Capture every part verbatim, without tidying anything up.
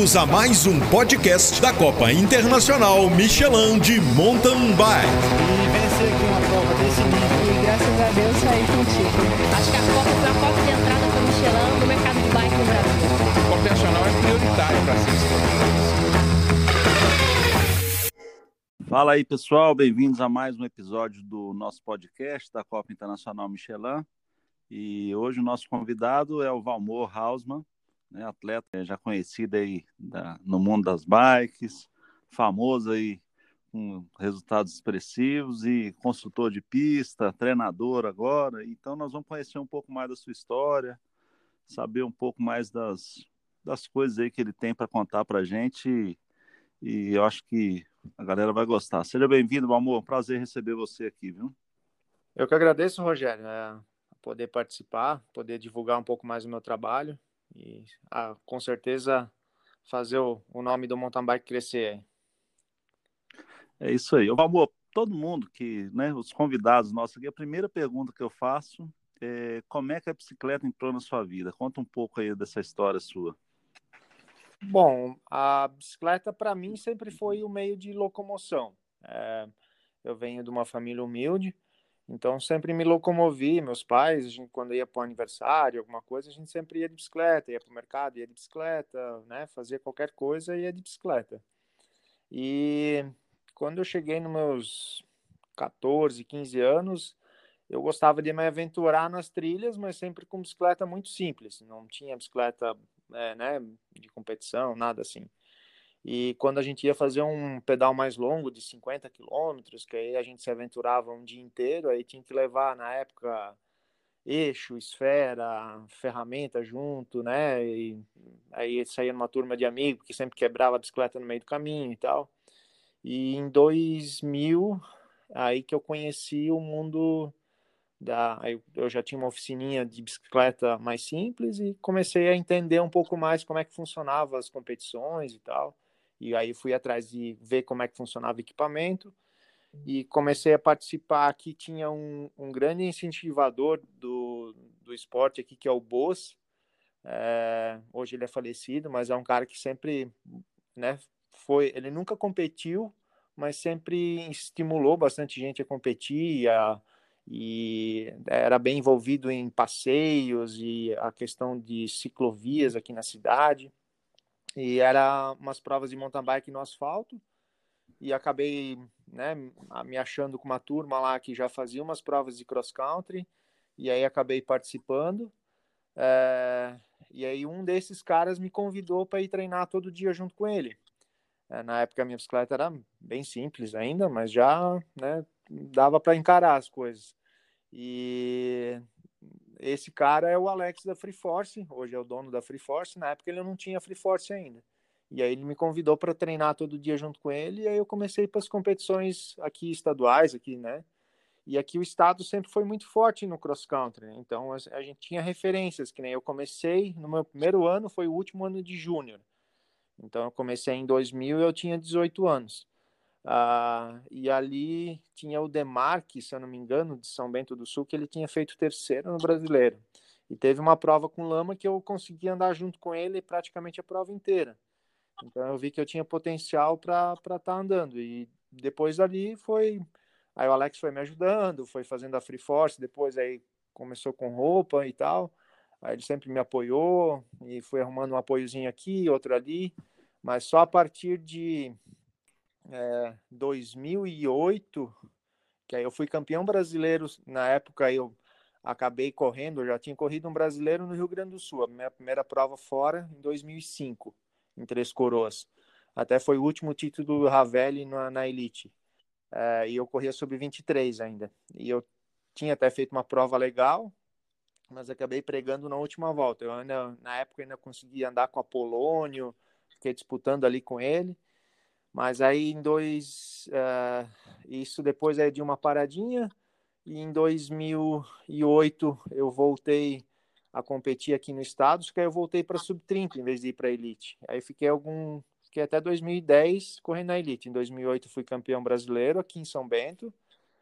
Bem-vindos a mais um podcast da Copa Internacional Michelin de Mountain Bike. E vencer aqui uma prova desse nível e graças a Deus sair contigo. Acho que a Copa foi a porta de entrada para o Michelin no mercado de bike no Brasil. A Copa Internacional é prioritária para ser. Fala aí, pessoal, bem-vindos a mais um episódio do nosso podcast da Copa Internacional Michelin. E hoje o nosso convidado é o Valmor Hausmann, né, atleta já conhecido aí da, no mundo das bikes, famoso aí com resultados expressivos e construtor de pista, treinador agora. Então nós vamos conhecer um pouco mais da sua história, saber um pouco mais das, das coisas aí que ele tem para contar para a gente e, e eu acho que a galera vai gostar. Seja bem-vindo, Valmor, prazer receber você aqui, viu? Eu que agradeço, Rogério, é, poder participar, poder divulgar um pouco mais o meu trabalho e ah, com certeza fazer o, o nome do mountain bike crescer aí. É isso aí. Valmor, todo mundo que, né, os convidados nossos aqui, a primeira pergunta que eu faço é como é que a bicicleta entrou na sua vida? Conta um pouco aí dessa história sua. Bom, a bicicleta para mim sempre foi o meio de locomoção. É, eu venho de uma família humilde, então sempre me locomovi. Meus pais, a gente, quando ia para o aniversário, alguma coisa, a gente sempre ia de bicicleta, ia para o mercado, ia de bicicleta, né? Fazia qualquer coisa, ia de bicicleta. E quando eu cheguei nos meus catorze, quinze anos, eu gostava de me aventurar nas trilhas, mas sempre com bicicleta muito simples. Não tinha bicicleta é, né, de competição, nada assim. E quando a gente ia fazer um pedal mais longo, de cinquenta quilômetros, que aí a gente se aventurava um dia inteiro, aí tinha que levar, na época, eixo, esfera, ferramenta junto, né? E aí saía numa turma de amigos que sempre quebrava a bicicleta no meio do caminho e tal. E em dois mil, aí que eu conheci o mundo da... Eu já tinha uma oficininha de bicicleta mais simples e comecei a entender um pouco mais como é que funcionava as competições e tal. E aí fui atrás de ver como é que funcionava o equipamento e comecei a participar. Aqui tinha um, um grande incentivador do, do esporte aqui, que é o Boas. É, hoje ele é falecido, mas é um cara que sempre, né, foi, ele nunca competiu, mas sempre estimulou bastante gente a competir a, e era bem envolvido em passeios e a questão de ciclovias aqui na cidade. E era umas provas de mountain bike no asfalto, e acabei, né, me achando com uma turma lá que já fazia umas provas de cross country, e aí acabei participando. É, e aí um desses caras me convidou para ir treinar todo dia junto com ele. É, na época a minha bicicleta era bem simples ainda, mas já, né, dava para encarar as coisas. E esse cara é o Alex da Free Force, hoje é o dono da Free Force. Na época ele não tinha Free Force ainda. E aí ele me convidou para treinar todo dia junto com ele, e aí eu comecei para as competições aqui estaduais, aqui, né? E aqui o estado sempre foi muito forte no cross country, né? Então a gente tinha referências, que nem eu comecei no meu primeiro ano, foi o último ano de júnior. Então eu comecei em dois mil e eu tinha dezoito anos. Ah, e ali tinha o Demarque, se eu não me engano, de São Bento do Sul, que ele tinha feito terceiro no brasileiro. E teve uma prova com lama que eu consegui andar junto com ele praticamente a prova inteira. Então eu vi que eu tinha potencial para estar tá andando. E depois dali foi... Aí o Alex foi me ajudando, foi fazendo a Free Force, depois aí começou com roupa e tal. Aí ele sempre me apoiou e foi arrumando um apoiozinho aqui, outro ali. Mas só a partir de é, dois mil e oito, que aí eu fui campeão brasileiro. Na época eu acabei correndo, eu já tinha corrido um brasileiro no Rio Grande do Sul, a minha primeira prova fora em dois mil e cinco, em Três Coroas. Até foi o último título do Ravelli na, na Elite. É, e eu corria sub vinte e três ainda. E eu tinha até feito uma prova legal, mas acabei pregando na última volta. Eu ainda, na época, ainda consegui andar com a Polônio, fiquei disputando ali com ele. Mas aí em dois... Uh, isso depois é de uma paradinha. E em dois mil e oito eu voltei a competir aqui no estado, que aí eu voltei para sub trinta em vez de ir para elite. Aí fiquei algum... Fiquei até dois mil e dez correndo na elite. Em dois mil e oito fui campeão brasileiro aqui em São Bento.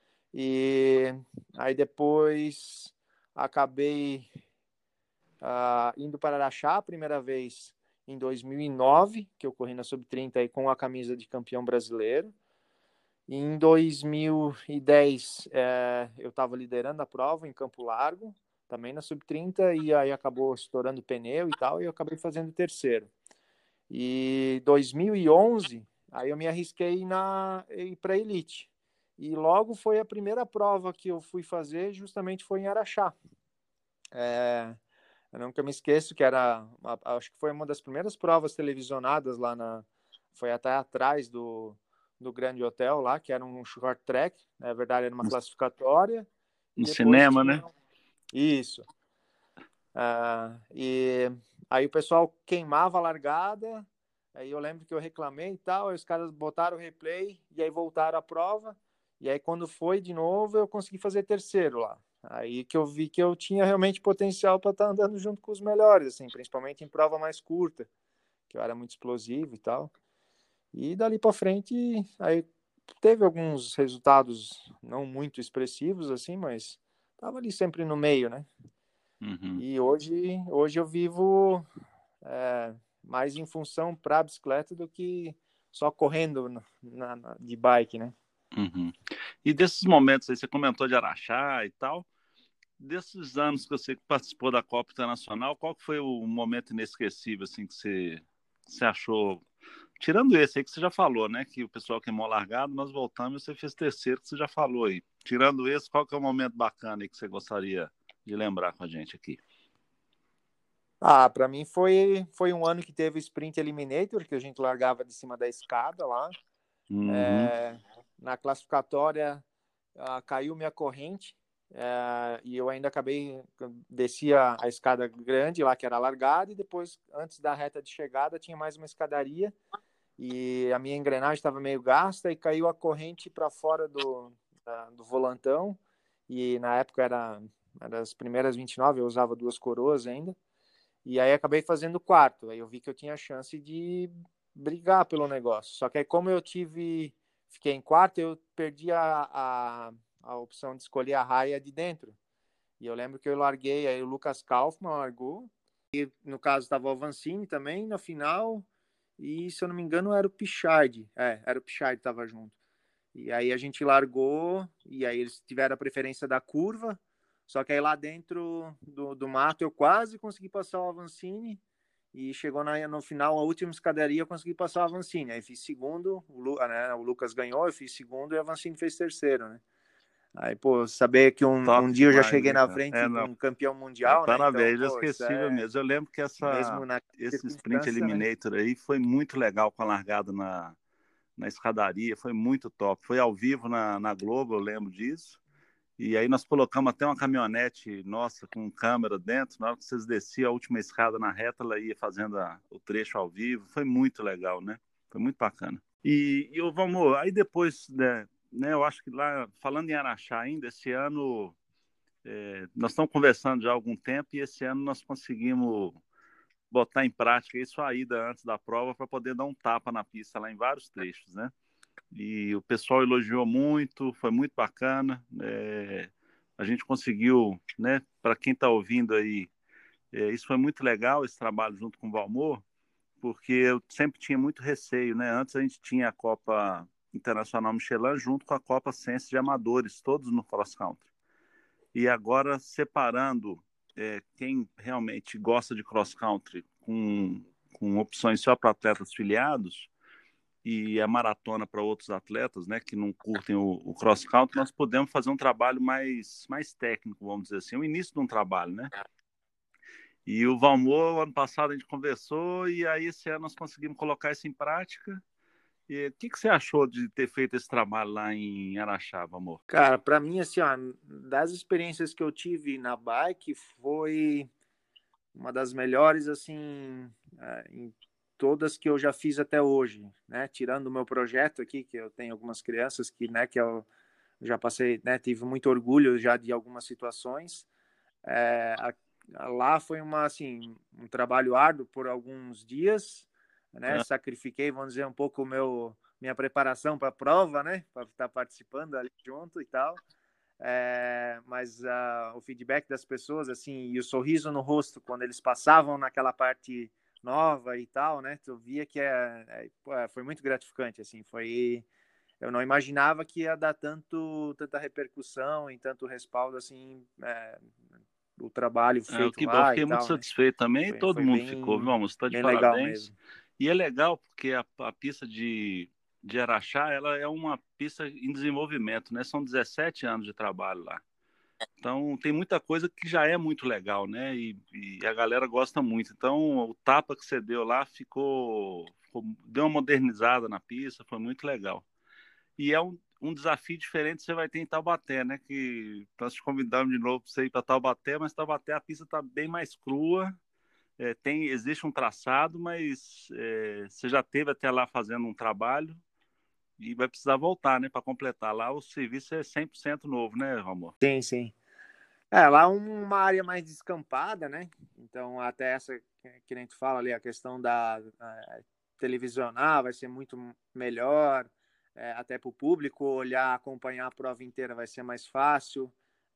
E aí depois acabei uh, indo para Araxá a primeira vez em dois mil e nove, que eu corri na sub trinta aí com a camisa de campeão brasileiro. Em dois mil e dez, é, eu estava liderando a prova em Campo Largo, também na sub trinta, e aí acabou estourando o pneu e tal, e eu acabei fazendo terceiro. E dois mil e onze, aí eu me arrisquei na para elite. E logo foi a primeira prova que eu fui fazer, justamente foi em Araxá. É, eu nunca me esqueço que era, acho que foi uma das primeiras provas televisionadas lá na, foi até atrás do, do Grande Hotel lá, que era um short track, na verdade era uma classificatória. No cinema, tinha... né? Isso. Uh, e aí o pessoal queimava a largada, aí eu lembro que eu reclamei e tal, aí os caras botaram o replay e aí voltaram a prova, e aí quando foi de novo eu consegui fazer terceiro lá. Aí que eu vi que eu tinha realmente potencial para estar tá andando junto com os melhores, assim, principalmente em prova mais curta, que eu era muito explosivo e tal. E dali para frente, aí teve alguns resultados não muito expressivos, assim, mas tava ali sempre no meio, né? Uhum. E hoje, hoje eu vivo é, mais em função para a bicicleta do que só correndo na, na, de bike, né? Uhum. E desses momentos aí, você comentou de Araxá e tal, desses anos que você participou da Copa Internacional, qual foi o momento inesquecível assim, que você, você achou? Tirando esse aí que você já falou, né? Que o pessoal queimou largado, nós voltamos e você fez terceiro, que você já falou aí. Tirando esse, qual que é o momento bacana aí que você gostaria de lembrar com a gente aqui? Ah, para mim foi, foi um ano que teve o Sprint Eliminator, que a gente largava de cima da escada lá. Uhum. É, na classificatória, uh, caiu minha corrente, uh, e eu ainda acabei, descia a escada grande lá, que era largada, e depois, antes da reta de chegada, tinha mais uma escadaria, e a minha engrenagem estava meio gasta, e caiu a corrente para fora do, da, do volantão, e na época era, era as primeiras vinte e nove, eu usava duas coroas ainda, e aí acabei fazendo o quarto. Aí eu vi que eu tinha chance de brigar pelo negócio. Só que aí como eu tive, fiquei em quarto, eu perdi a, a, a opção de escolher a raia de dentro. E eu lembro que eu larguei, aí o Lucas Kaufmann largou. E no caso estava o Avancini também na final. E se eu não me engano era o Pichard. É, era o Pichard que estava junto. E aí a gente largou, e aí eles tiveram a preferência da curva. Só que aí lá dentro do, do mato eu quase consegui passar o Avancini, e chegou na, no final, a última escadaria, eu consegui passar o Avancini. Aí fiz segundo, o, Lu, né, o Lucas ganhou, eu fiz segundo e o Avancini fez terceiro, né? Aí, pô, saber que um, Top um dia eu já demais, cheguei hein, na cara? frente É, de não. um campeão É, mundial, né? Então, parabéns, pô, isso inesquecível é mesmo. Eu lembro que essa, mesmo na esse sprint circunstância, né? eliminator aí foi muito legal com a largada na, na escadaria, foi muito top. Foi ao vivo na, na Globo, eu lembro disso. E aí nós colocamos até uma caminhonete nossa com câmera dentro. Na hora que vocês desciam a última escada na reta, ela ia fazendo a, o trecho ao vivo. Foi muito legal, né? Foi muito bacana. E, e ô, Valmor, aí depois, né, né, eu acho que lá, falando em Araxá ainda, esse ano, é, nós estamos conversando já há algum tempo e esse ano nós conseguimos botar em prática isso a ida antes da prova para poder dar um tapa na pista lá em vários trechos, né? E o pessoal elogiou muito, foi muito bacana. É, a gente conseguiu, né? Para quem está ouvindo aí, é, isso foi muito legal, esse trabalho junto com o Valmor, porque eu sempre tinha muito receio, né? Antes a gente tinha a Copa Internacional Michelin junto com a Copa Sense de Amadores, todos no cross country. E agora separando é, quem realmente gosta de cross country com, com opções só para atletas filiados e a maratona para outros atletas, né, que não curtem o, o cross country, nós podemos fazer um trabalho mais, mais técnico, vamos dizer assim, o início de um trabalho, né? E o Valmor, ano passado a gente conversou e aí esse ano nós conseguimos colocar isso em prática. E o que, que você achou de ter feito esse trabalho lá em Araxá, Valmor? Cara, para mim, assim, ó, das experiências que eu tive na bike, foi uma das melhores, assim, em todas que eu já fiz até hoje, né? Tirando o meu projeto aqui, que eu tenho algumas crianças que, né, que eu já passei, né, tive muito orgulho já de algumas situações. É, a, a, lá foi uma, assim, um trabalho árduo por alguns dias, né? É. Sacrifiquei, vamos dizer, um pouco o meu minha preparação para a prova, né? Para estar participando ali junto e tal. É, mas uh, o feedback das pessoas, assim, e o sorriso no rosto quando eles passavam naquela parte nova e tal, né? Tu via que é, é, pô, foi muito gratificante, assim, foi... Eu não imaginava que ia dar tanto, tanta repercussão e tanto respaldo, assim, é, o trabalho É, feito que bom, eu lá e fiquei muito tal, né? satisfeito também, e Foi, todo foi mundo ficou, viu, bem, Almoço? Está de bem legal parabéns. mesmo. E é legal porque a, a pista de, de Araxá, ela é uma pista em desenvolvimento, né? São dezessete anos de trabalho lá. Então, tem muita coisa que já é muito legal, né? E, e a galera gosta muito. Então, o tapa que você deu lá ficou, ficou deu uma modernizada na pista, foi muito legal. E é um, um desafio diferente que você vai ter em Taubaté, né? Que nós te convidamos de novo para você ir para Taubaté, mas Taubaté a pista está bem mais crua. É, tem, existe um traçado, mas é, você já teve até lá fazendo um trabalho e vai precisar voltar, né? Para completar. Lá o serviço é cem por cento novo, né, Ramon? Sim, sim. É, lá é uma área mais descampada, né? Então, até essa que a gente fala ali, a questão da a, televisionar vai ser muito melhor, é, até para o público olhar, acompanhar a prova inteira vai ser mais fácil,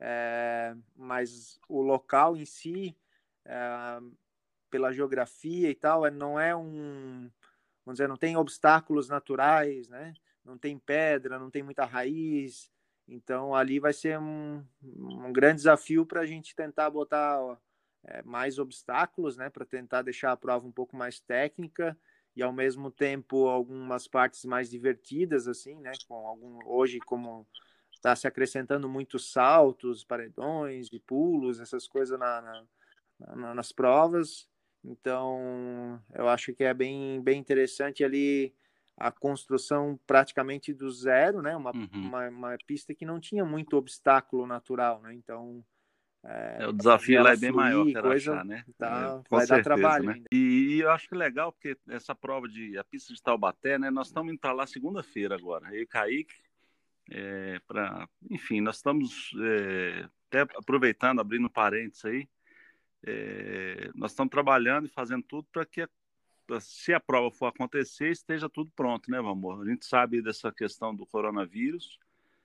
é, mas o local em si, é, pela geografia e tal, é, não é um, vamos dizer, não tem obstáculos naturais, né? Não tem pedra, não tem muita raiz, então ali vai ser um, um grande desafio para a gente tentar botar ó, é, mais obstáculos, né? Para tentar deixar a prova um pouco mais técnica e ao mesmo tempo algumas partes mais divertidas, assim, né? Com algum hoje como está se acrescentando muitos saltos, paredões e pulos, essas coisas na, na, na, nas provas. Então, eu acho que é bem, bem interessante ali a construção praticamente do zero, né? Uma, Uhum. uma, uma pista que não tinha muito obstáculo natural, né? Então, é, é, o fazer desafio lá ela é bem maior fluir, que coisa, Araxá, né? É, tá, com vai dar certeza, trabalho né? ainda. E, e eu acho que é legal porque essa prova de a pista de Taubaté, né? Nós estamos indo para lá segunda-feira agora. Eu e Kaique, é, para, enfim, nós estamos é, até aproveitando, abrindo parênteses aí, é, nós estamos trabalhando e fazendo tudo para que, se a prova for acontecer, esteja tudo pronto, né, amor? A gente sabe dessa questão do coronavírus,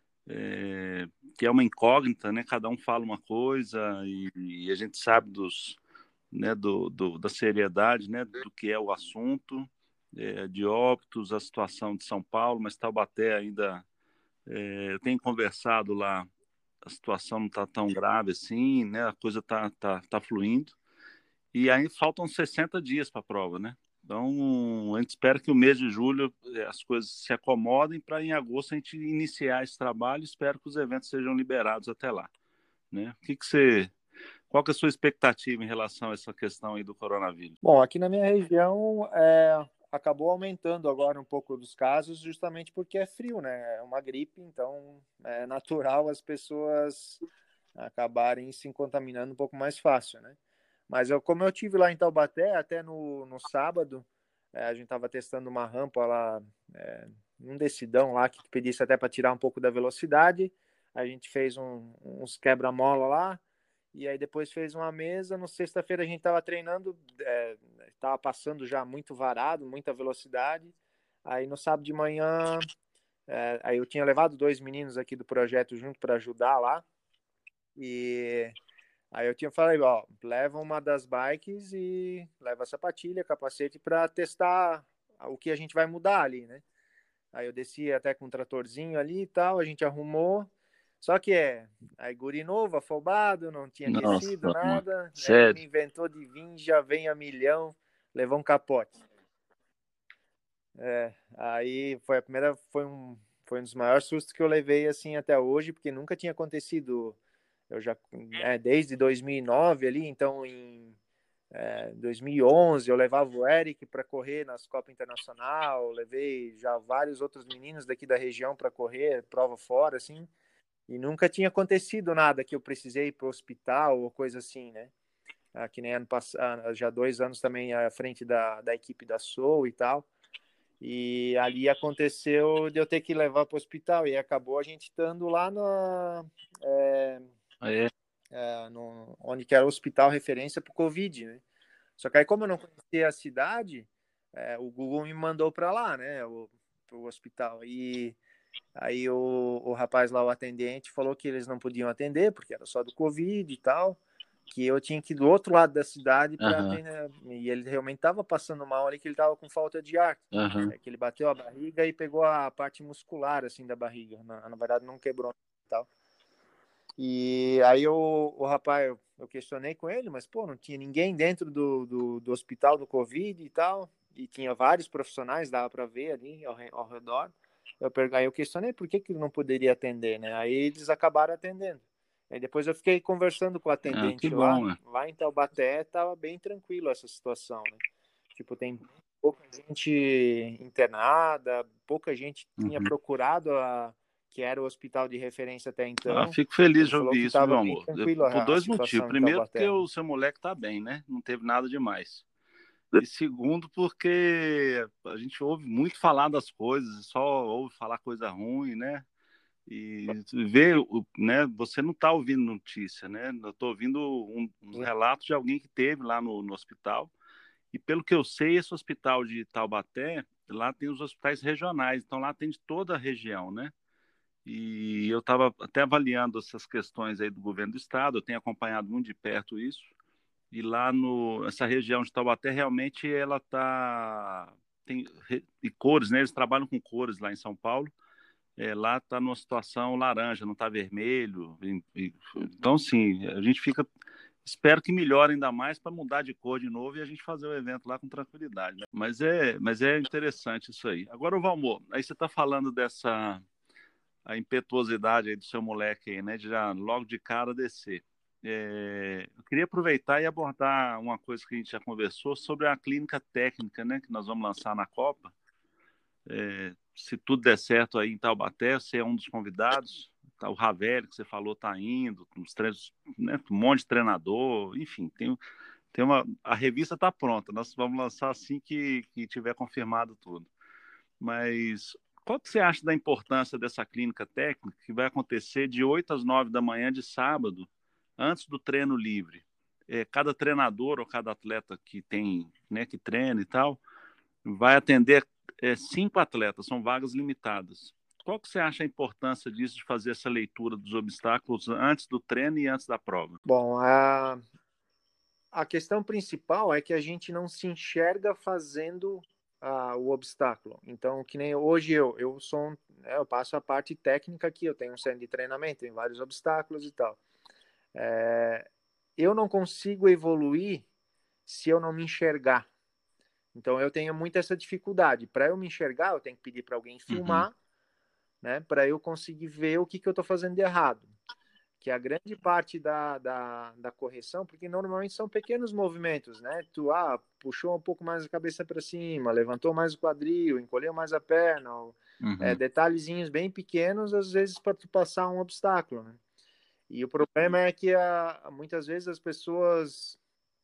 é, que é uma incógnita, né? Cada um fala uma coisa e, e a gente sabe dos, né, do, do, da seriedade, né, do que é o assunto, é, de óbitos, a situação de São Paulo, mas Taubaté ainda, é, eu tenho conversado lá, a situação não está tão grave assim, né? A coisa está tá, tá fluindo. E aí faltam sessenta dias para a prova, né? Então, a gente espera que o mês de julho as coisas se acomodem para em agosto a gente iniciar esse trabalho. Espero que os eventos sejam liberados até lá, né? O que que você, qual que é a sua expectativa em relação a essa questão aí do coronavírus? Bom, aqui na minha região é, acabou aumentando agora um pouco dos casos, justamente porque é frio, né? É uma gripe, então é natural as pessoas acabarem se contaminando um pouco mais fácil, né? Mas eu, como eu tive lá em Taubaté, até no, no sábado, é, a gente estava testando uma rampa lá, é, um decidão lá que pedisse até para tirar um pouco da velocidade. A gente fez um, uns quebra-mola lá, e aí depois fez uma mesa. No sexta-feira a gente estava treinando, estava é, passando já muito varado, muita velocidade. Aí no sábado de manhã, é, aí eu tinha levado dois meninos aqui do projeto junto para ajudar lá. E aí eu tinha falado, ó, leva uma das bikes e leva a sapatilha, capacete para testar o que a gente vai mudar ali, né? Aí eu desci até com um tratorzinho ali e tal, a gente arrumou. Só que é, aí guri novo, afobado, não tinha aquecido Nossa, mano. nada, aí ele Sério? inventou de vir, já vem a milhão, levou um capote. É, aí foi a primeira, foi um, foi um dos maiores sustos que eu levei assim até hoje, porque nunca tinha acontecido. Eu já, é, desde dois mil e nove ali, então em é, dois mil e onze eu levava o Eric para correr nas Copas Internacional, levei já vários outros meninos daqui da região para correr, prova fora, assim, e nunca tinha acontecido nada que eu precisei ir para o hospital ou coisa assim, né? Ah, que nem ano passado, já dois anos também à frente da, da equipe da Soul e tal. E ali aconteceu de eu ter que levar para o hospital e acabou a gente estando lá na, é, É. é, no, onde que era o hospital referência para o Covid, né? Só que aí como eu não conhecia a cidade, é, o Google me mandou para lá, né? O, pro hospital. E aí o, o rapaz lá, o atendente, falou que eles não podiam atender porque era só do Covid e tal. que eu tinha que ir do outro lado da cidade para Aham. atender, e ele realmente estava passando mal ali, que ele estava com falta de ar, Aham. é, que ele bateu a barriga e pegou a parte muscular assim da barriga, na, na verdade não quebrou e tal. E aí o, o rapaz, eu, eu questionei com ele, mas pô, não tinha ninguém dentro do, do, do hospital do Covid e tal, e tinha vários profissionais, dava para ver ali ao, ao redor. Eu perguntei, eu questionei por que que ele não poderia atender, né? Aí eles acabaram atendendo. Aí depois eu fiquei conversando com o Ah, que atendente lá, bom, né? lá em Taubaté tava bem tranquilo essa situação, né? Tipo, tem pouca gente internada, pouca gente tinha Uhum. procurado a que era o hospital de referência até Ah, então. fico feliz Ele de falou ouvir que isso, meu estava bem amor. Eu- tranquilo por a, a dois motivos. situação em Primeiro, porque Taubaté, né? o seu moleque tá bem, né? Não teve nada demais. E segundo, porque a gente ouve muito falar das coisas, só ouve falar coisa ruim, né? E ver, o- né? Você não está ouvindo notícia, né? Eu estou ouvindo um, uns relatos de alguém que teve lá no, no hospital. E pelo que eu sei, esse hospital de Taubaté, lá tem os hospitais regionais, então lá tem de toda a região, né? E eu estava até avaliando essas questões aí do governo do estado, eu tenho acompanhado muito de perto isso. E lá no essa região de Taubaté realmente ela tá tem e cores, né? Eles trabalham com cores lá em São Paulo. É, lá está numa situação laranja, não está vermelho. E, e, então, sim, a gente fica espero que melhore ainda mais para mudar de cor de novo e a gente fazer o evento lá com tranquilidade, né? Mas é, mas é interessante isso aí. Agora, o Valmor, aí você está falando dessa a impetuosidade aí do seu moleque aí, né? De já logo de cara descer. É, eu queria aproveitar e abordar uma coisa que a gente já conversou sobre a clínica técnica, né? Que nós vamos lançar na Copa. É, se tudo der certo aí em Taubaté, você é um dos convidados. Tá, o Ravelli, que você falou, está indo, uns treinos, né, um monte de treinador, enfim, tem, tem uma, a revista está pronta, nós vamos lançar assim que, que tiver confirmado tudo. Mas qual que você acha da importância dessa clínica técnica que vai acontecer de oito às nove da manhã de sábado, antes do treino livre? É, cada treinador ou cada atleta que tem, né, que treina e tal, vai atender é, cinco atletas, são vagas limitadas. Qual que você acha a importância disso, de fazer essa leitura dos obstáculos antes do treino e antes da prova? Bom, a, a questão principal é que a gente não se enxerga fazendo a, o obstáculo. Então, que nem hoje eu, eu sou, um, né, eu passo a parte técnica aqui, eu tenho um centro de treinamento, tem vários obstáculos e tal. É, eu não consigo evoluir se eu não me enxergar. Então, eu tenho muito essa dificuldade. Para eu me enxergar, eu tenho que pedir para alguém filmar, uhum, né, para eu conseguir ver o que, que eu estou fazendo de errado. Que a grande parte da, da, da correção, porque normalmente são pequenos movimentos, né? Tu ah, puxou um pouco mais a cabeça para cima, levantou mais o quadril, encolheu mais a perna, ou, uhum, é, detalhezinhos bem pequenos, às vezes para tu passar um obstáculo, né? E o problema é que a, muitas vezes as pessoas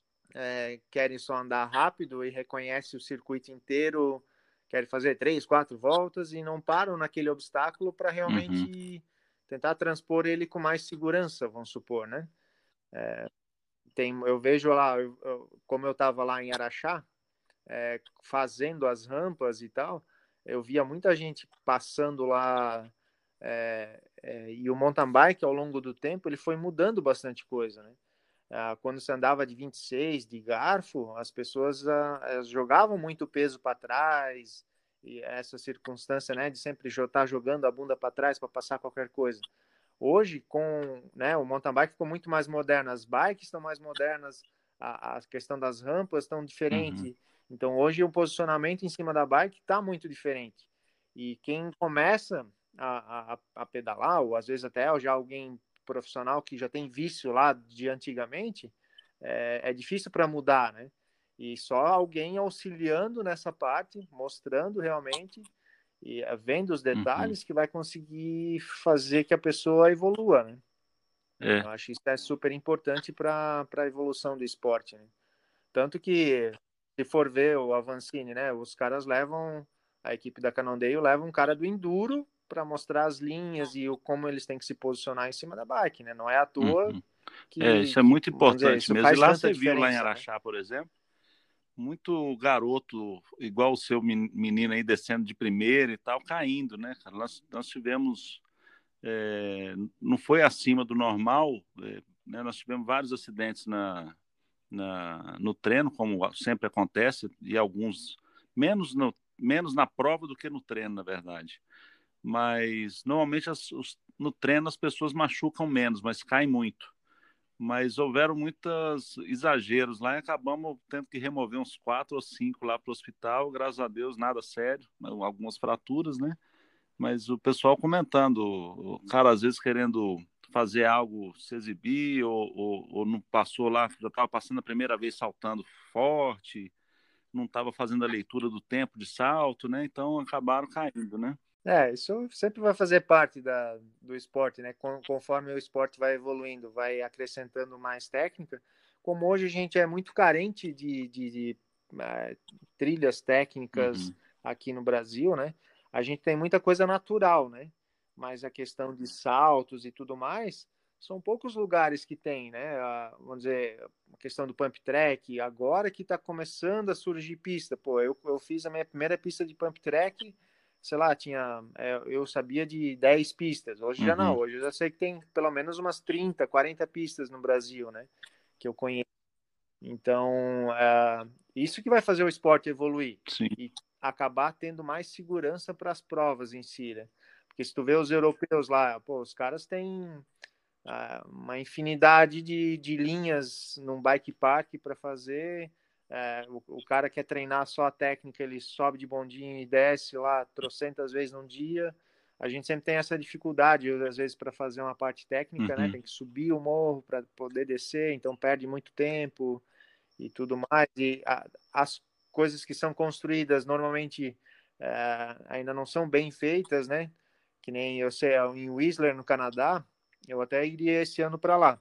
é, querem só andar rápido e reconhecem o circuito inteiro, querem fazer três, quatro voltas e não param naquele obstáculo para realmente... Uhum. tentar transpor ele com mais segurança, vamos supor, né? É, tem, eu vejo lá, eu, eu, como eu estava lá em Araxá, é, fazendo as rampas e tal, eu via muita gente passando lá, é, é, e o mountain bike, ao longo do tempo, ele foi mudando bastante coisa, né? Ah, quando você andava de vinte e seis, de garfo, as pessoas ah, jogavam muito peso para trás, e essa circunstância, né, de sempre estar jogando a bunda para trás para passar qualquer coisa. Hoje, com, né, o mountain bike ficou muito mais moderno, as bikes estão mais modernas, a, a questão das rampas estão diferente. Uhum. Então, hoje o posicionamento em cima da bike está muito diferente. E quem começa a, a, a pedalar, ou às vezes até já alguém profissional que já tem vício lá de antigamente, é, é difícil para mudar, né? E só alguém auxiliando nessa parte, mostrando realmente e vendo os detalhes, uhum, que vai conseguir fazer que a pessoa evolua, né? É. Eu acho que isso é super importante para a evolução do esporte, né? Tanto que, se for ver o Avancini, né? Os caras levam, a equipe da Cannondale leva um cara do enduro para mostrar as linhas e o, como eles têm que se posicionar em cima da bike, né? Não é à toa, uhum, que... É, isso é que, muito importante dizer, mesmo. E lá você viu, lá em Araxá, né, por exemplo, muito garoto, igual o seu menino aí, descendo de primeira e tal, caindo, né, cara? Nós, nós tivemos, é, não foi acima do normal, é, né? Nós tivemos vários acidentes na, na, no treino, como sempre acontece, e alguns menos, no, menos na prova do que no treino, na verdade. Mas normalmente as, os, no treino as pessoas machucam menos, mas caem muito. Mas houveram muitos exageros lá e acabamos tendo que remover uns quatro ou cinco lá para o hospital. Graças a Deus, nada sério, algumas fraturas, né? Mas o pessoal comentando, o cara às vezes querendo fazer algo, se exibir, ou, ou, ou não passou lá, já estava passando a primeira vez saltando forte, não estava fazendo a leitura do tempo de salto, né? Então acabaram caindo, né? É, isso sempre vai fazer parte da, do esporte, né? Conforme o esporte vai evoluindo, vai acrescentando mais técnica. Como hoje a gente é muito carente de, de, de uh, trilhas técnicas Uhum. aqui no Brasil, né? A gente tem muita coisa natural, né? Mas a questão de saltos e tudo mais, são poucos lugares que tem, né? Uh, vamos dizer, a questão do pump track, agora que está começando a surgir pista. Pô, eu, eu fiz a minha primeira pista de pump track, sei lá, tinha, é, eu sabia de dez pistas, hoje Uhum. já não, hoje eu já sei que tem pelo menos umas trinta, quarenta pistas no Brasil, né, que eu conheço. Então, é, isso que vai fazer o esporte evoluir. Sim. E acabar tendo mais segurança para as provas em si, né? Porque se tu vê os europeus lá, pô, os caras têm uh, uma infinidade de, de linhas num bike park para fazer. É, o, o cara quer treinar só a técnica, ele sobe de bondinho e desce lá trocentas vezes num dia. A gente sempre tem essa dificuldade, às vezes, para fazer uma parte técnica, uhum. né? Tem que subir o morro para poder descer, então perde muito tempo e tudo mais. E a, as coisas que são construídas normalmente é, ainda não são bem feitas, né? Que nem eu sei, em Whistler, no Canadá, eu até iria esse ano para lá.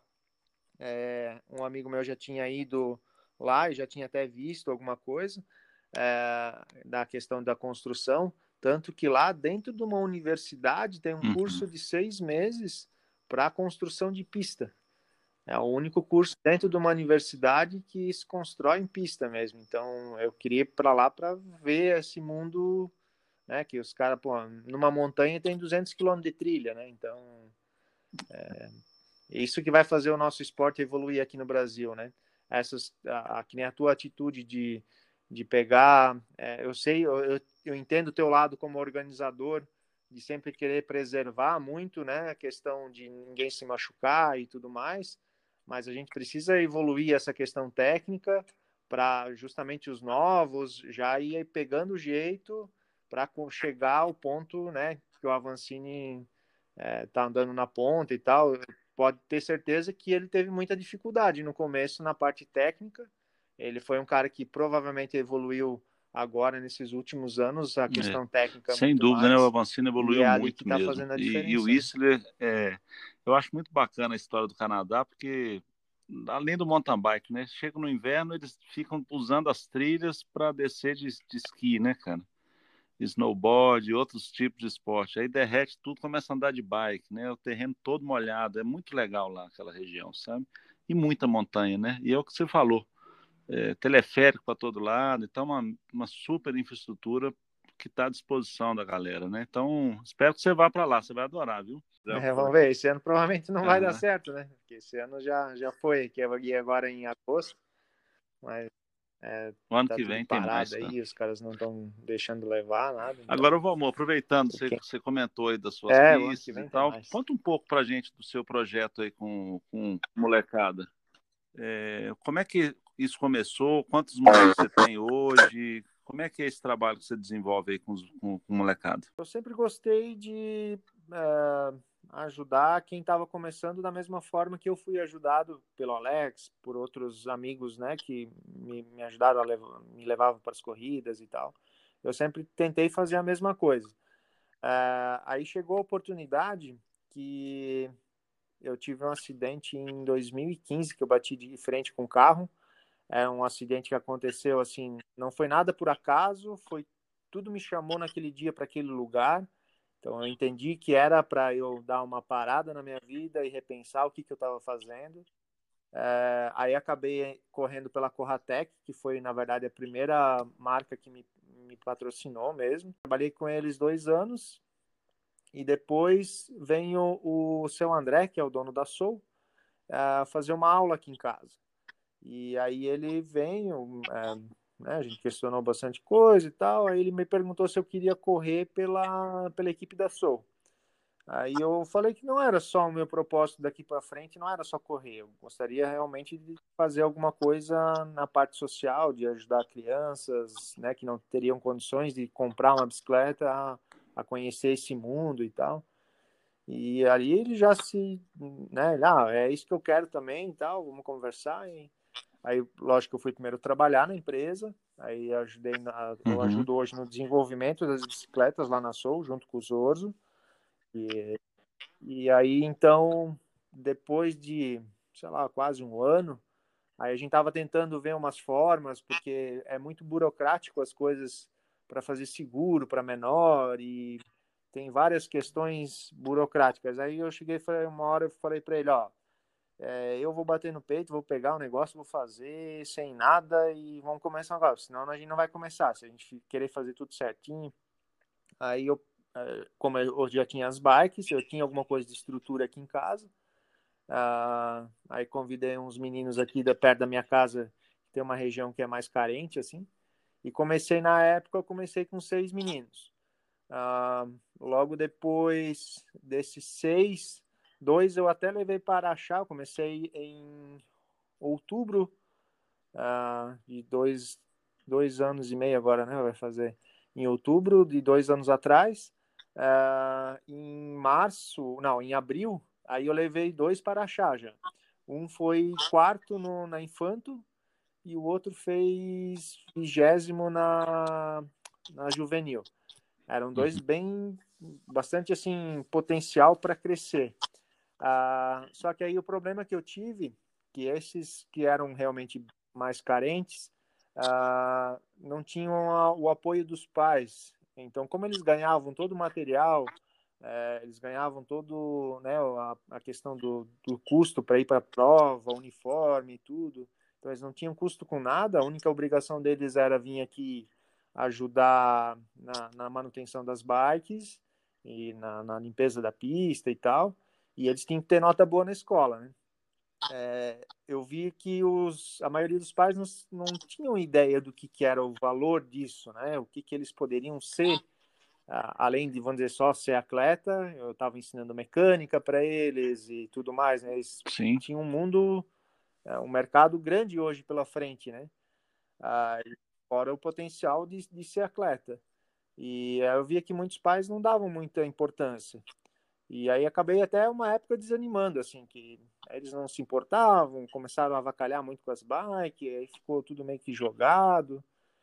É, um amigo meu já tinha ido lá e já tinha até visto alguma coisa é, da questão da construção, tanto que lá dentro de uma universidade tem um uhum. curso de seis meses para construção de pista. É o único curso dentro de uma universidade que se constrói em pista mesmo. Então eu queria ir para lá para ver esse mundo, né? Que os caras, pô, numa montanha tem duzentos quilômetros de trilha, né? Então é, isso que vai fazer o nosso esporte evoluir aqui no Brasil, né? Essas, a, a, que nem a tua atitude de, de pegar, é, eu sei, eu, eu, eu entendo o teu lado como organizador, de sempre querer preservar muito, né? A questão de ninguém se machucar e tudo mais, mas a gente precisa evoluir essa questão técnica para justamente os novos já ir pegando o jeito para chegar ao ponto, né? Que o Avancini é, tá andando na ponta e tal. Pode ter certeza que ele teve muita dificuldade no começo na parte técnica. Ele foi um cara que provavelmente evoluiu agora nesses últimos anos a questão É, técnica sem muito dúvida, né? O mais, Avancini e evoluiu é ali que muito está mesmo. fazendo a E, e o diferença, né? Whistler, é, eu acho muito bacana a história do Canadá, porque além do mountain bike, né? Chega no inverno, eles ficam usando as trilhas para descer de, de esqui, né, cara? Snowboard, outros tipos de esporte. Aí derrete tudo, começa a andar de bike, né? O terreno todo molhado. É muito legal lá, aquela região, sabe? E muita montanha, né? E é o que você falou. É, teleférico para todo lado. Então, uma, uma super infraestrutura que está à disposição da galera, né? Então, espero que você vá para lá. Você vai adorar, viu? É, vamos ver, esse ano provavelmente não vai dar Aham. certo, né? Porque esse ano já, já foi, que eu ia agora em agosto, mas é, O ano tá que tudo vem tem parado mais, cara. aí, os caras não estão deixando levar nada, Agora, então... Valmor, aproveitando, você, Quem... você comentou aí das suas É, o ano que pistas e vem tem tal, mais. conta um pouco pra gente do seu projeto aí com, com molecada. É, como é que isso começou? Quantos moleques você tem hoje? Como é que é esse trabalho que você desenvolve aí com, os, com, com molecada? Eu sempre gostei de é, ajudar quem estava começando da mesma forma que eu fui ajudado pelo Alex, por outros amigos, né, que me, me ajudaram a levar, me levavam para as corridas e tal. Eu sempre tentei fazer a mesma coisa. É, aí chegou a oportunidade que eu tive um acidente em dois mil e quinze que eu bati de frente com um carro. É um acidente que aconteceu assim, não foi nada por acaso, foi tudo me chamou naquele dia para aquele lugar. Então eu entendi que era para eu dar uma parada na minha vida e repensar o que, que eu estava fazendo. É, aí acabei correndo pela Corratec, que foi na verdade a primeira marca que me, me patrocinou mesmo. Trabalhei com eles dois anos e depois vem o, o seu André, que é o dono da Soul. uh, fazer uma aula aqui em casa. E aí ele veio, uh, né, a gente questionou bastante coisa e tal, aí ele me perguntou se eu queria correr pela, pela equipe da Soul. Aí eu falei que não era só o meu propósito daqui para frente, não era só correr. Eu gostaria realmente de fazer alguma coisa na parte social, de ajudar crianças, né, que não teriam condições de comprar uma bicicleta a, a conhecer esse mundo e tal. E ali ele já se, né, ah, é isso que eu quero também e tal, vamos conversar. E aí, lógico que eu fui primeiro trabalhar na empresa, aí ajudei na, eu Uhum. ajudo hoje no desenvolvimento das bicicletas lá na Soul, junto com o Zorzo. E, e aí, então, depois de, sei lá, quase um ano, aí a gente estava tentando ver umas formas, porque é muito burocrático as coisas para fazer seguro para menor e tem várias questões burocráticas. Aí eu cheguei, falei, uma hora eu falei para ele, ó, é, eu vou bater no peito, vou pegar o negócio, vou fazer sem nada e vamos começar agora, senão a gente não vai começar, se a gente querer fazer tudo certinho. Aí eu, como eu já tinha as bikes, eu tinha alguma coisa de estrutura aqui em casa, uh, aí convidei uns meninos aqui da, perto da minha casa, que tem uma região que é mais carente, assim, e comecei na época, eu comecei com seis meninos. Uh, logo depois desses seis, dois eu até levei para Araxá, eu comecei em outubro uh, de dois, dois anos e meio agora, né? Vai fazer em outubro de dois anos atrás. Uh, em março, não, em abril, aí eu levei dois para Araxá já. Um foi quarto no, na Infanto e o outro fez vigésimo na, na Juvenil. Eram dois bem, bastante assim, potencial para crescer. Ah, só que aí o problema que eu tive, que esses que eram realmente mais carentes, ah, não tinham a, o apoio dos pais. Então, como eles ganhavam todo o material, é, eles ganhavam todo, né, a, a questão do, do custo para ir para a prova, uniforme e tudo. Então, eles não tinham custo com nada, a única obrigação deles era vir aqui ajudar na, na manutenção das bikes e na, na limpeza da pista e tal, e eles tinham que ter nota boa na escola, né? É, eu vi que os, a maioria dos pais não, não tinham ideia do que, que era o valor disso, né? O que, que eles poderiam ser, além de, vamos dizer, só ser atleta. Eu estava ensinando mecânica para eles e tudo mais, né? Eles Sim. tinham um mundo, um mercado grande hoje pela frente, né? Ah, fora o potencial de, de ser atleta. E eu via que muitos pais não davam muita importância. E aí acabei até uma época desanimando, assim, que eles não se importavam, começaram a avacalhar muito com as bikes, aí ficou tudo meio que jogado.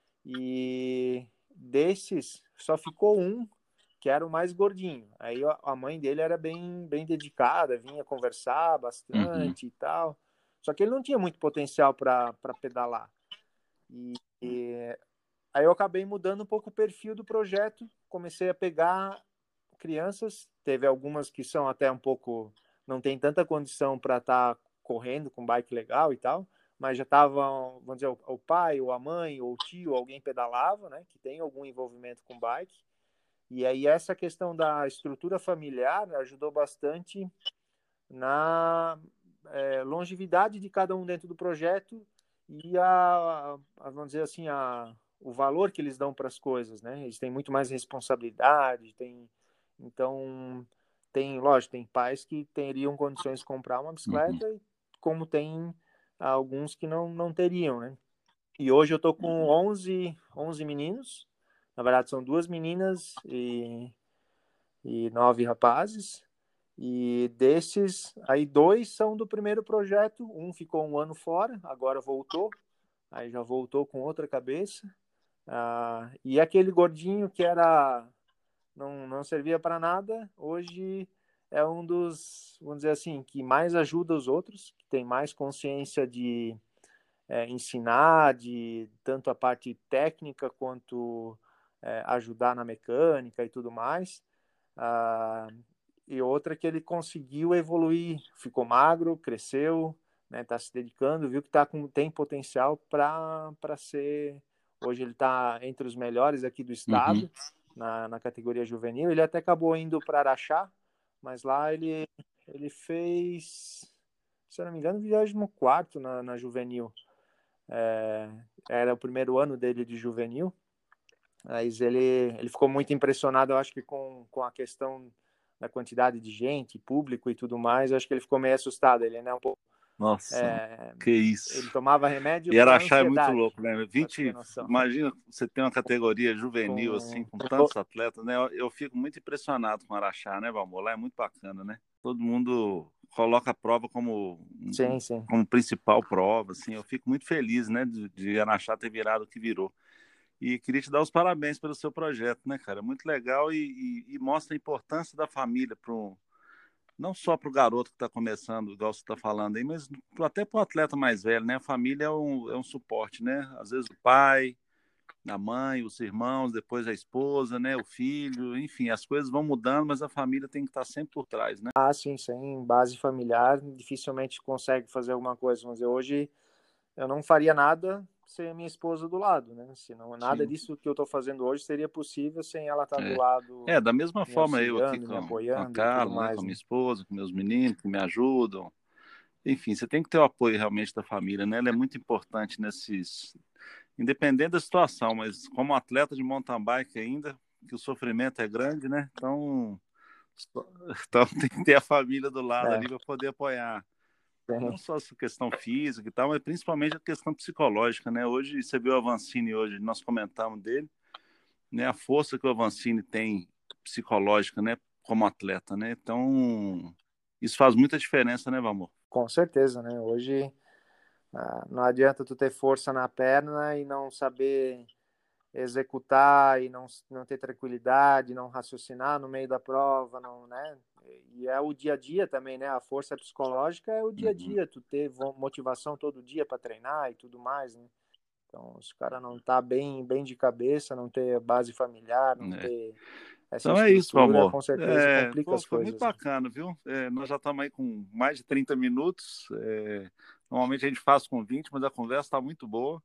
E desses, só ficou um, que era o mais gordinho. Aí a mãe dele era bem, bem dedicada, vinha conversar bastante Uhum. e tal. Só que ele não tinha muito potencial para pedalar. E, e aí eu acabei mudando um pouco o perfil do projeto, comecei a pegar crianças, teve algumas que são até um pouco, não tem tanta condição para estar tá correndo com bike legal e tal, mas já estavam, vamos dizer, o pai, ou a mãe, ou o tio, alguém pedalava, né, que tem algum envolvimento com bike, e aí essa questão da estrutura familiar ajudou bastante na é, longevidade de cada um dentro do projeto e a, a vamos dizer assim, a, o valor que eles dão para as coisas, né? Eles têm muito mais responsabilidade, tem, então tem, lógico, tem pais que teriam condições de comprar uma bicicleta, Uhum. como tem alguns que não, não teriam, né? E hoje eu tô com onze, onze meninos, na verdade são duas meninas e, e nove rapazes. E desses, aí dois são do primeiro projeto, um ficou um ano fora, agora voltou, aí já voltou com outra cabeça. Ah, e aquele gordinho que era não, não servia para nada, hoje é um dos, vamos dizer assim, que mais ajuda os outros, que tem mais consciência de é, ensinar, de tanto a parte técnica quanto é, ajudar na mecânica e tudo mais. Ah, e outra que ele conseguiu evoluir, ficou magro, cresceu, né, tá se dedicando, viu que tá com, tem potencial para ser. Hoje ele está entre os melhores aqui do estado, Uhum. na, na categoria juvenil. Ele até acabou indo para Araxá, mas lá ele, ele fez se eu não me engano, vigésimo quarto na, na juvenil. É, era o primeiro ano dele de juvenil, mas ele, ele ficou muito impressionado, eu acho que com, com a questão da quantidade de gente, público e tudo mais, eu acho que ele ficou meio assustado, ele né, um pouco, Nossa, é, que isso. ele tomava remédio E para Araxá é muito ansiedade, louco, né? para ter vinte, noção. imagina você ter uma categoria juvenil, assim, Com... com tantos atletas, né? Eu, eu fico muito impressionado com Araxá, né, Valmor? Lá é muito bacana, né? Todo mundo coloca a prova como, Sim, sim. como principal prova, assim. Eu fico muito feliz, né, de, de Araxá ter virado o que virou. E queria te dar os parabéns pelo seu projeto, né, cara? Muito legal e, e, e mostra a importância da família para não só para o garoto que está começando, igual você está falando aí, mas até para o atleta mais velho, né? A família é um, é um suporte, né? Às vezes o pai, a mãe, os irmãos, depois a esposa, né? O filho, enfim, as coisas vão mudando, mas a família tem que estar sempre por trás, né? Ah, sim, sem base familiar, dificilmente consegue fazer alguma coisa. Mas hoje eu não faria nada sem a minha esposa do lado, né? Se não, nada Sim. disso que eu estou fazendo hoje seria possível sem ela estar É. do lado. É, da mesma me forma eu aqui auxiliando, me com, com a apoiando e tudo Carla, né? mais. Com a minha Né? esposa, com meus meninos que me ajudam. Enfim, você tem que ter o apoio realmente da família, né? Ela é muito importante nesses, independente da situação, mas como atleta de mountain bike ainda, que o sofrimento é grande, né? Então, então tem que ter a família do lado É, ali para poder apoiar. tem. Não só essa questão física e tal, mas principalmente a questão psicológica, né? Hoje, você viu o Avancini hoje, nós comentamos dele, né? A força que o Avancini tem psicológica, né? Como atleta, né? Então, isso faz muita diferença, né, Valmor? Com certeza, né? Hoje ah, não adianta tu ter força na perna e não saber executar e não, não ter tranquilidade, não raciocinar no meio da prova, não, né? E é o dia a dia também, né? A força psicológica é o dia a dia, tu ter motivação todo dia para treinar e tudo mais, né? Então, os caras não tá bem, bem de cabeça, não ter base familiar, não É. ter essa Então é isso, estrutura, Valmor. com certeza É, complica pô, as foi muito coisas. Né? bacana, viu? É, nós já estamos aí com mais de trinta minutos. É, normalmente a gente faz com vinte, mas a conversa está muito boa.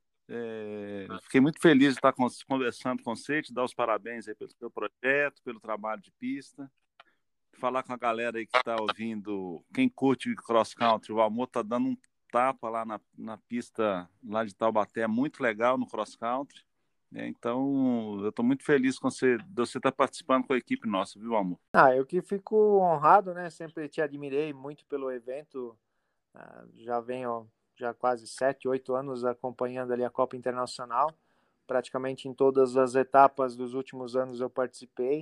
É, fiquei muito feliz de estar conversando com você, te dar os parabéns aí pelo seu projeto, pelo trabalho de pista. Falar com a galera aí que está ouvindo, quem curte cross country, o Valmor está dando um tapa lá na, na pista lá de Taubaté, muito legal no cross country. É, então, eu estou muito feliz com você, de você estar participando com a equipe nossa, viu, amor? Ah, eu que fico honrado, né? Sempre te admirei muito pelo evento. Ah, já venho já quase sete, oito anos acompanhando ali a Copa Internacional. Praticamente em todas as etapas dos últimos anos eu participei.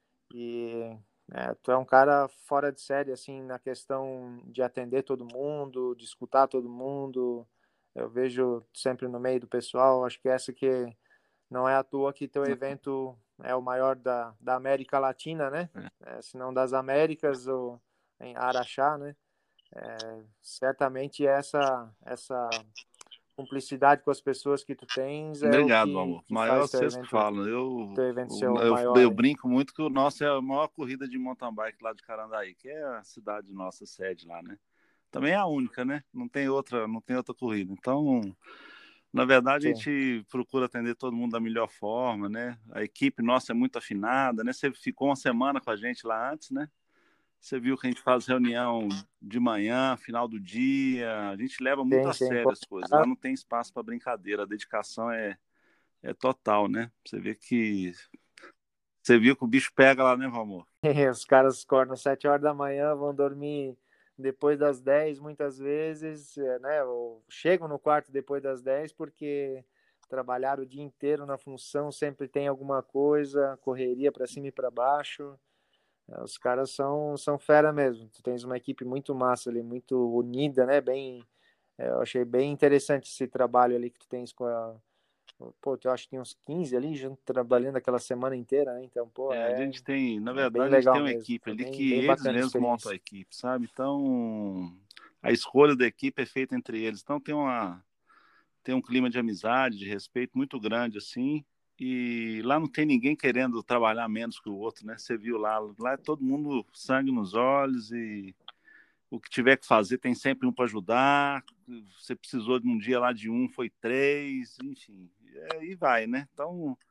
E é, tu é um cara fora de série, assim, na questão de atender todo mundo, de escutar todo mundo. Eu vejo sempre no meio do pessoal. Acho que essa que não é à toa que teu evento é o maior da, da América Latina, né? É, se não das Américas, ou em Araxá, né? É, certamente essa essa cumplicidade com as pessoas que tu tens é o Obrigado, que, amor. que Maior faz teu vocês que evento, falam. Eu, teu evento ser eu, o eu, maior. eu Aí. brinco muito que o nosso é a maior corrida de mountain bike lá de Carandaí, que é a cidade nossa sede lá, né? Também é a única, né? Não tem outra, não tem outra corrida. Então, na verdade, a Sim. gente procura atender todo mundo da melhor forma, né? A equipe nossa é muito afinada, né? Você ficou uma semana com a gente lá antes, né? Você viu que a gente faz reunião de manhã, final do dia, a gente leva muito Sim, a sim. sério as coisas. Lá não tem espaço para brincadeira, a dedicação é, é total, né? Você vê que você viu que o bicho pega lá, né, Valmor? Os caras acordam sete horas da manhã, vão dormir depois das dez, muitas vezes, né? Ou chegam no quarto depois das dez porque trabalharam o dia inteiro na função, sempre tem alguma coisa, correria para cima e para baixo. Os caras são, são fera mesmo. Tu tens uma equipe muito massa ali, muito unida, né? Bem, eu achei bem interessante esse trabalho ali que tu tens com a. Pô, eu acho que tem uns quinze ali, junto, trabalhando aquela semana inteira, né? Então, pô, É, a é, gente tem, na é bem verdade, a gente tem legal uma mesmo. equipe Foi ali bem, que bem eles bacana a mesmos montam a experiência. equipe, sabe? Então, a escolha da equipe é feita entre eles. Então, tem uma, tem um clima de amizade, de respeito muito grande, assim. E lá não tem ninguém querendo trabalhar menos que o outro, né? Você viu lá, lá é todo mundo sangue nos olhos e o que tiver que fazer tem sempre um para ajudar. Você precisou de um dia lá de um, foi três, enfim. É, e vai, né? Então,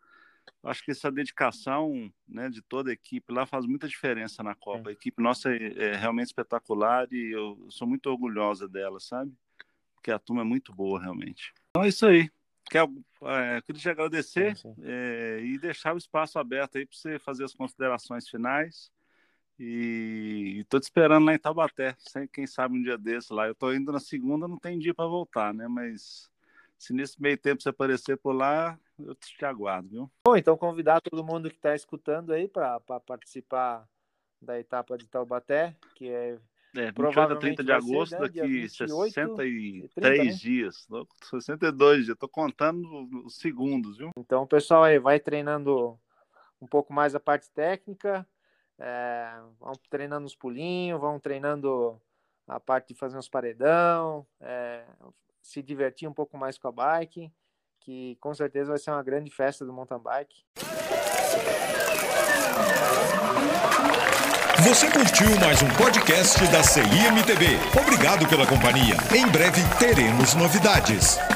acho que essa dedicação, né, de toda a equipe lá faz muita diferença na Copa. A equipe nossa é, é realmente espetacular e eu sou muito orgulhosa dela, sabe? Porque a turma é muito boa, realmente. Então é isso aí. Quero, é, queria te agradecer sim, sim. É, e deixar o espaço aberto aí para você fazer as considerações finais. E estou te esperando lá em Taubaté. Sem, quem sabe um dia desse lá. Eu estou indo na segunda, não tem dia para voltar, né? Mas se nesse meio tempo você aparecer por lá, eu te aguardo, viu? Bom, então convidar todo mundo que está escutando aí para participar da etapa de Taubaté, que é, é vinte e oito a trinta de agosto, ser, né, daqui sessenta e três dias, sessenta e dois dias, estou contando os segundos, viu? Então o pessoal aí vai treinando um pouco mais a parte técnica, é, vão treinando os pulinhos, vão treinando a parte de fazer uns paredão, é, se divertir um pouco mais com a bike, que com certeza vai ser uma grande festa do mountain bike. Você curtiu mais um podcast da C I M T V. Obrigado pela companhia. Em breve teremos novidades.